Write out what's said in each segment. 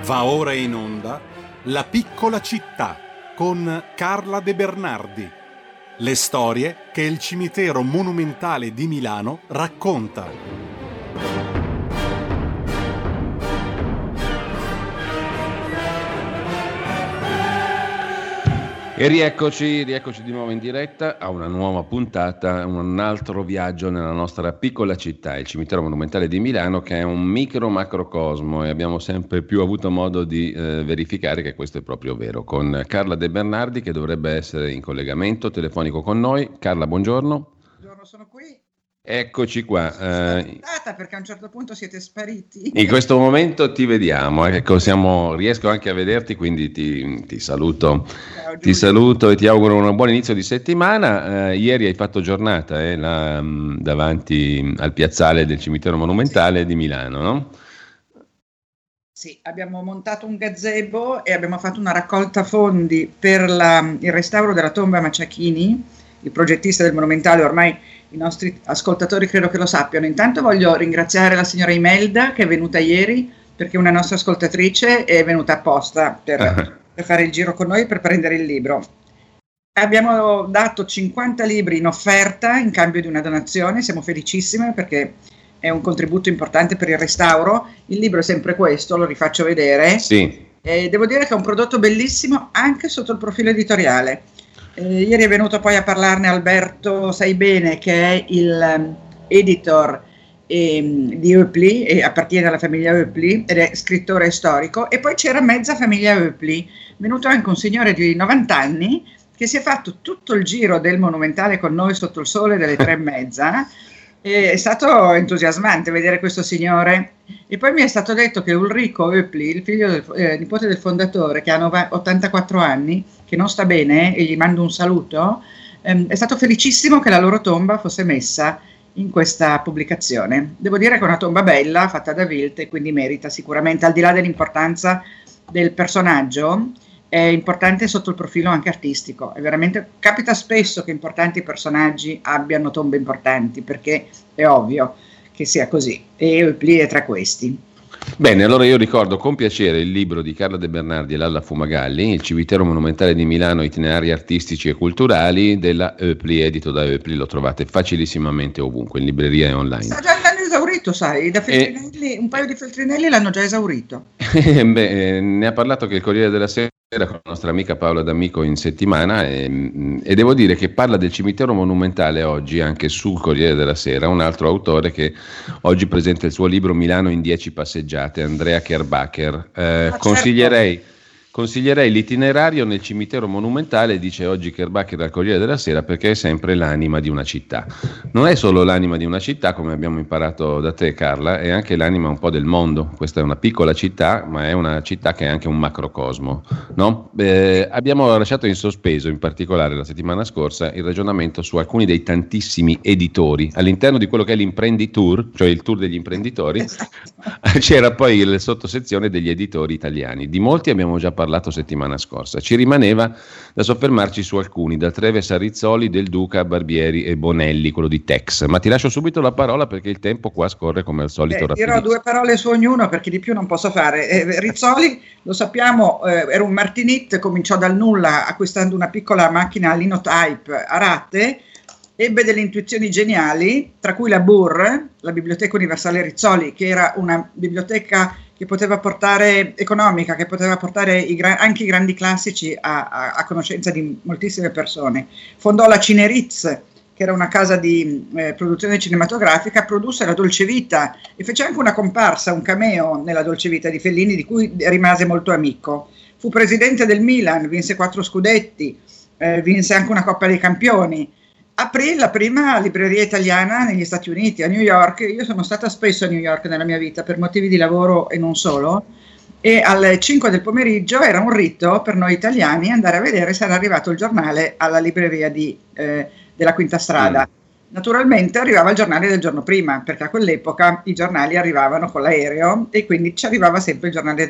Va ora in onda La piccola città con Carla De Bernardi. Le storie che il cimitero monumentale di Milano racconta. E rieccoci di nuovo in diretta a una nuova puntata, un altro viaggio nella nostra piccola città, il cimitero monumentale di Milano, che è un macrocosmo, e abbiamo sempre più avuto modo di verificare che questo è proprio vero, con Carla De Bernardi, che dovrebbe essere in collegamento telefonico con noi. Carla, buongiorno. Buongiorno, sono qui. Eccoci qua. Perché a un certo punto siete spariti. In questo momento ti vediamo, ecco, riesco anche a vederti, quindi ti saluto. Ciao, ti saluto e ti auguro un buon inizio di settimana. Ieri hai fatto giornata davanti al piazzale del cimitero monumentale di Milano, no? Sì, abbiamo montato un gazebo e abbiamo fatto una raccolta fondi per il restauro della tomba Macciachini, il progettista del monumentale. Ormai i nostri ascoltatori credo che lo sappiano. Intanto voglio ringraziare la signora Imelda, che è venuta ieri, perché una nostra ascoltatrice è venuta apposta per fare il giro con noi, per prendere il libro. Abbiamo dato 50 libri in offerta in cambio di una donazione, siamo felicissime perché è un contributo importante per il restauro. Il libro è sempre questo, lo rifaccio vedere. Sì. Devo dire che è un prodotto bellissimo anche sotto il profilo editoriale. Ieri è venuto poi a parlarne Alberto Saibene, che è il editor di Eupli, e appartiene alla famiglia Eupli ed è scrittore storico, e poi c'era mezza famiglia Eupli. È venuto anche un signore di 90 anni che si è fatto tutto il giro del monumentale con noi sotto il sole delle 3:30. È stato entusiasmante vedere questo signore. E poi mi è stato detto che Ulrico Eupli, il figlio nipote del fondatore, che ha 84 anni, che non sta bene, e gli mando un saluto, è stato felicissimo che la loro tomba fosse messa in questa pubblicazione. Devo dire che è una tomba bella, fatta da Wilt, e quindi merita sicuramente, al di là dell'importanza del personaggio, è importante sotto il profilo anche artistico. È veramente, capita spesso che importanti personaggi abbiano tombe importanti, perché è ovvio che sia così, e Eupli è tra questi. Bene, allora io ricordo con piacere il libro di Carla De Bernardi e Lalla Fumagalli, Il cimitero monumentale di Milano, itinerari artistici e culturali, della Eupli, edito da Eupli. Lo trovate facilissimamente ovunque, in libreria e online. Sta già l'hanno esaurito, sai, da Feltrinelli, un paio di Feltrinelli l'hanno già esaurito. Ne ha parlato che il Corriere della Sera con la nostra amica Paola D'Amico in settimana, e devo dire che parla del cimitero monumentale oggi anche sul Corriere della Sera un altro autore che oggi presenta il suo libro Milano in 10 passeggiate, Andrea Kerbacher. Consiglierei l'itinerario nel cimitero monumentale, dice oggi Kerbacher al Corriere della Sera, perché è sempre l'anima di una città. Non è solo l'anima di una città, come abbiamo imparato da te, Carla, è anche l'anima un po' del mondo. Questa è una piccola città, ma è una città che è anche un macrocosmo, no? Abbiamo lasciato in sospeso, in particolare la settimana scorsa, il ragionamento su alcuni dei tantissimi editori. All'interno di quello che è l'Imprenditour, cioè il tour degli imprenditori, c'era poi la sottosezione degli editori italiani. Di molti abbiamo già parlato settimana scorsa. Ci rimaneva da soffermarci su alcuni, da Treves a Rizzoli, Del Duca, Barbieri e Bonelli, quello di Tex. Ma ti lascio subito la parola perché il tempo qua scorre come al solito rapidissimo. Dirò 2 parole su ognuno perché di più non posso fare. Rizzoli, lo sappiamo, era un martinit, cominciò dal nulla acquistando una piccola macchina linotype a rate, ebbe delle intuizioni geniali, tra cui la BUR, la Biblioteca Universale Rizzoli, che era una biblioteca che poteva portare, economica, che poteva portare anche i grandi classici a conoscenza di moltissime persone. Fondò la Cineriz, che era una casa di produzione cinematografica, produsse la Dolce Vita e fece anche una comparsa, un cameo nella Dolce Vita di Fellini, di cui rimase molto amico. Fu presidente del Milan, vinse 4 scudetti, vinse anche una Coppa dei Campioni. Aprì la prima libreria italiana negli Stati Uniti, a New York. Io sono stata spesso a New York nella mia vita per motivi di lavoro e non solo, e alle 5 del pomeriggio era un rito per noi italiani andare a vedere se era arrivato il giornale alla libreria della Quinta Strada. Naturalmente arrivava il giornale del giorno prima, perché a quell'epoca i giornali arrivavano con l'aereo e quindi ci arrivava sempre il giornale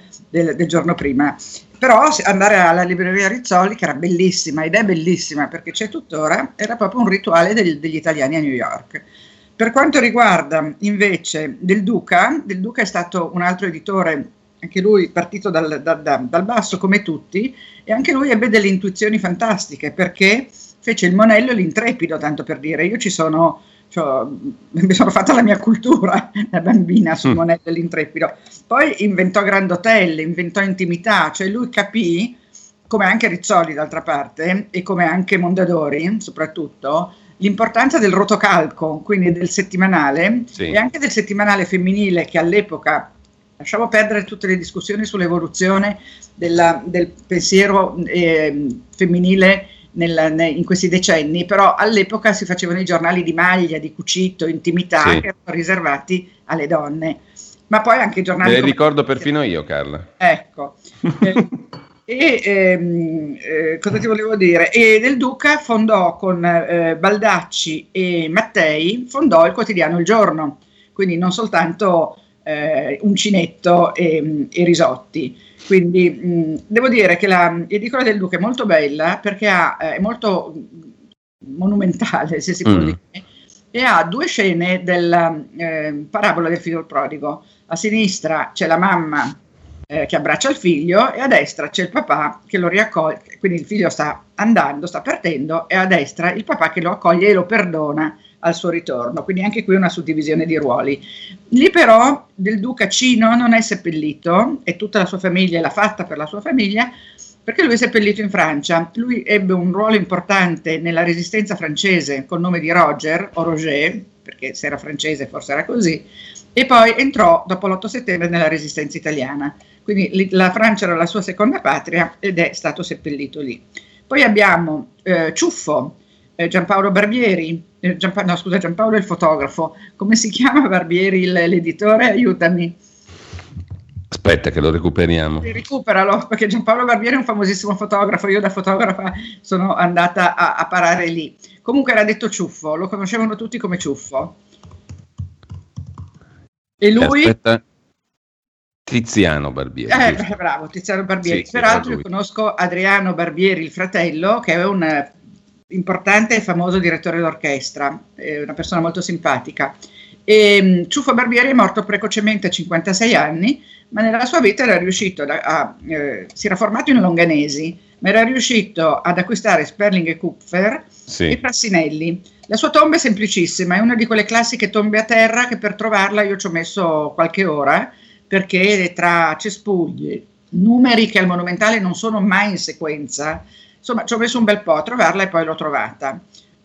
del giorno prima. Però andare alla libreria Rizzoli, che era bellissima ed è bellissima perché c'è tuttora, era proprio un rituale degli italiani a New York. Per quanto riguarda invece Del Duca è stato un altro editore anche lui partito dal basso come tutti, e anche lui ebbe delle intuizioni fantastiche, perché fece il monello e l'intrepido, tanto per dire. Io mi sono fatta la mia cultura da bambina sul monello e l'intrepido. Poi inventò Grand Hotel, inventò Intimità, cioè lui capì, come anche Rizzoli d'altra parte, e come anche Mondadori soprattutto, l'importanza del rotocalco, quindi del settimanale, sì, e anche del settimanale femminile, che all'epoca, lasciamo perdere tutte le discussioni sull'evoluzione del pensiero femminile in questi decenni, però all'epoca si facevano i giornali di maglia, di cucito, Intimità, sì, che erano riservati alle donne, ma poi anche i giornali... Me li ricordo perfino io, Carla. Ecco. Cosa ti volevo dire? E Del Duca fondò con Baldacci e Mattei, fondò il quotidiano Il Giorno, quindi non soltanto Uncinetto e Risotti. Quindi devo dire che l'edicola del Duca è molto bella, perché è molto monumentale, se si può dire, e ha 2 scene della parabola del figlio prodigo. A sinistra c'è la mamma che abbraccia il figlio, e a destra c'è il papà che lo riaccoglie, quindi il figlio sta andando, sta partendo, e a destra il papà che lo accoglie e lo perdona al suo ritorno, quindi anche qui una suddivisione di ruoli. Lì però Del Duca Cino non è seppellito, e tutta la sua famiglia l'ha fatta per la sua famiglia, perché lui è seppellito in Francia. Lui ebbe un ruolo importante nella resistenza francese col nome di Roger, o Roger, perché se era francese forse era così, e poi entrò dopo l'8 settembre nella resistenza italiana. Quindi la Francia era la sua seconda patria ed è stato seppellito lì. Poi abbiamo Ciuffo, Giampaolo Barbieri, Giampaolo il fotografo. Come si chiama Barbieri l'editore? Aiutami. Aspetta che lo recuperiamo. Recuperalo, perché Giampaolo Barbieri è un famosissimo fotografo, io da fotografa sono andata a parare lì. Comunque era detto Ciuffo, lo conoscevano tutti come Ciuffo. E lui... Aspetta. Tiziano Barbieri. Bravo, Tiziano Barbieri. Sì, peraltro io conosco Adriano Barbieri, il fratello, che è un importante e famoso direttore d'orchestra, è una persona molto simpatica. E Ciuffo Barbieri è morto precocemente a 56 anni, ma nella sua vita era riuscito si era formato in Longanesi, ma era riuscito ad acquistare Sperling e Kupfer, sì, e Frassinelli. La sua tomba è semplicissima, è una di quelle classiche tombe a terra che per trovarla io ci ho messo qualche ora, perché tra cespugli, numeri che al Monumentale non sono mai in sequenza, insomma ci ho messo un bel po' a trovarla e poi l'ho trovata.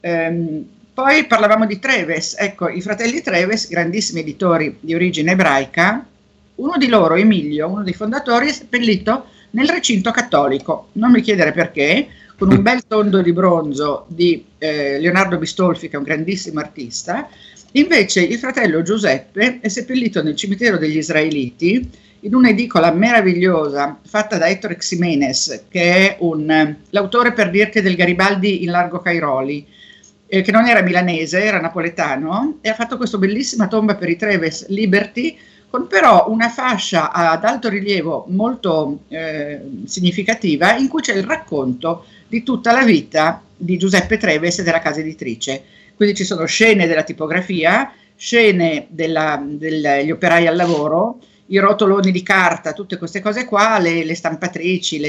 Poi parlavamo di Treves, ecco, i fratelli Treves, grandissimi editori di origine ebraica, uno di loro, Emilio, uno dei fondatori, è seppellito nel recinto cattolico, non mi chiedere perché, con un bel tondo di bronzo di Leonardo Bistolfi, che è un grandissimo artista. Invece il fratello Giuseppe è seppellito nel cimitero degli Israeliti, in un'edicola meravigliosa fatta da Ettore Ximenes, che è l'autore, per dirti, del Garibaldi in Largo Cairoli, che non era milanese, era napoletano, e ha fatto questa bellissima tomba per i Treves Liberty, con però una fascia ad alto rilievo molto significativa, in cui c'è il racconto di tutta la vita di Giuseppe Treves e della casa editrice. Quindi ci sono scene della tipografia, scene degli operai al lavoro, i rotoloni di carta, tutte queste cose qua, le stampatrici,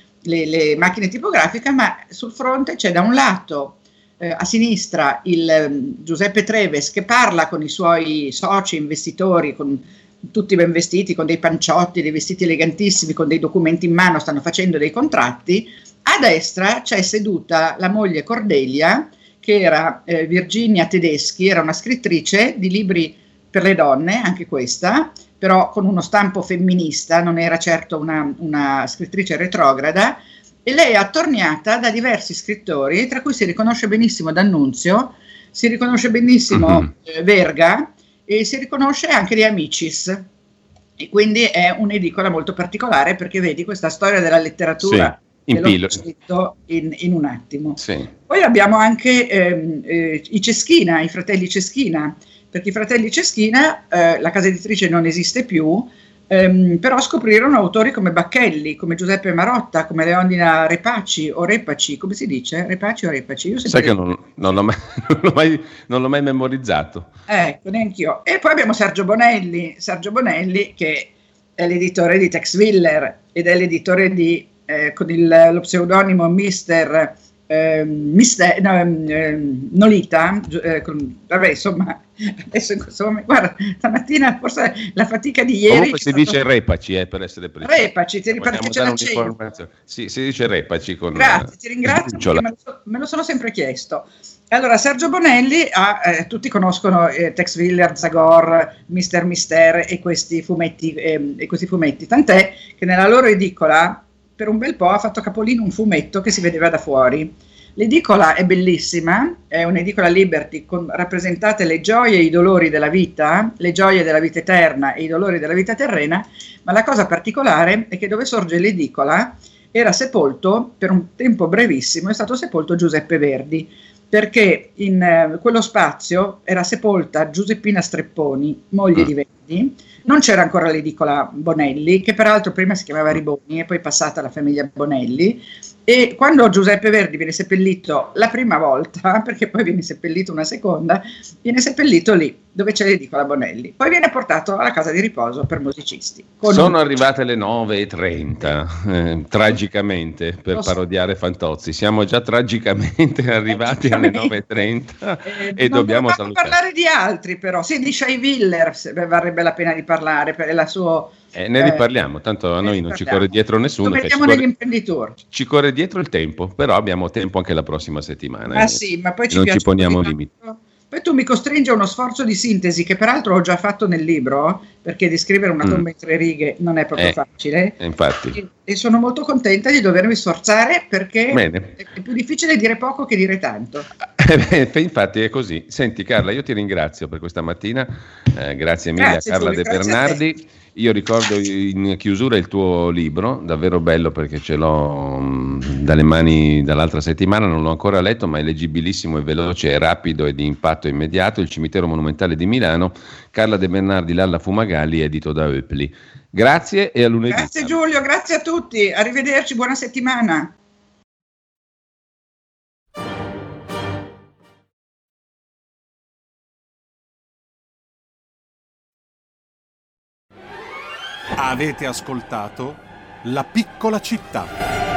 le macchine tipografiche, ma sul fronte c'è da un lato, a sinistra, il Giuseppe Treves che parla con i suoi soci investitori, con tutti ben vestiti, con dei panciotti, dei vestiti elegantissimi, con dei documenti in mano, stanno facendo dei contratti. A destra c'è seduta la moglie Cordelia, che era Virginia Tedeschi, era una scrittrice di libri per le donne, anche questa, però con uno stampo femminista, non era certo una scrittrice retrograda, e lei è attorniata da diversi scrittori, tra cui si riconosce benissimo D'Annunzio, si riconosce benissimo Verga, e si riconosce anche De Amicis, e quindi è un'edicola molto particolare, perché vedi questa storia della letteratura, sì, l'ho scritto in un attimo. Sì. Poi abbiamo anche i Ceschina, i fratelli Ceschina, perché i fratelli Ceschina, la casa editrice non esiste più, però scoprirono autori come Bacchelli, come Giuseppe Marotta, come Leonida Repaci o Repaci, come si dice? Repaci o Repaci? Io sai che non l'ho mai memorizzato. Ecco, neanch'io. E poi abbiamo Sergio Bonelli che è l'editore di Tex Willer ed è l'editore di con lo pseudonimo Nolita, vabbè, insomma, adesso in questo momento, guarda, stamattina forse la fatica di ieri. Comunque si dice Repaci, per essere precisi. Repaci, perché c'è l'accento. Sì, si dice Repaci con. Grazie, ti ringrazio perché me lo sono sempre chiesto. Allora, Sergio Bonelli tutti conoscono Tex Willer, Zagor, Mister Mister e questi fumetti, tant'è che nella loro edicola per un bel po' ha fatto capolino un fumetto che si vedeva da fuori. L'edicola è bellissima, è un'edicola Liberty con rappresentate le gioie e i dolori della vita, le gioie della vita eterna e i dolori della vita terrena, ma la cosa particolare è che dove sorge l'edicola era sepolto, per un tempo brevissimo, è stato sepolto Giuseppe Verdi, perché in quello spazio era sepolta Giuseppina Strepponi, moglie di Verdi. Non c'era ancora l'edicola Bonelli, che peraltro prima si chiamava Riboni e poi passata alla famiglia Bonelli, e quando Giuseppe Verdi viene seppellito la prima volta, perché poi viene seppellito una seconda, viene seppellito lì dove c'è l'edicola Bonelli, poi viene portato alla casa di riposo per musicisti. Sono arrivate le 9:30, tragicamente, per parodiare Fantozzi, siamo già tragicamente arrivati alle 9:30 e dobbiamo salutare. Parlare di altri però, sì, di Shai Willer varrebbe la pena di parlare per la sua... ne riparliamo, tanto a noi non ci corre dietro nessuno. Lo vediamo negli imprenditori. Ci corre dietro il tempo, però abbiamo tempo anche la prossima settimana. Ah sì, ma poi non ci poniamo limiti. Poi tu mi costringi a uno sforzo di sintesi che peraltro ho già fatto nel libro, perché di scrivere una tomba in 3 righe non è proprio facile. Infatti. E sono molto contenta di dovermi sforzare perché Bene. È più difficile dire poco che dire tanto. Infatti è così. Senti Carla, io ti ringrazio per questa mattina, grazie mille a Carla De Bernardi. Io ricordo in chiusura il tuo libro, davvero bello perché ce l'ho dalle mani dall'altra settimana, non l'ho ancora letto, ma è leggibilissimo e veloce, è rapido e di impatto immediato, Il cimitero monumentale di Milano, Carla De Bernardi, Lalla Fumagalli, edito da Oepli. Grazie e a lunedì. Grazie Giulio, grazie a tutti, arrivederci, buona settimana. Avete ascoltato La piccola città.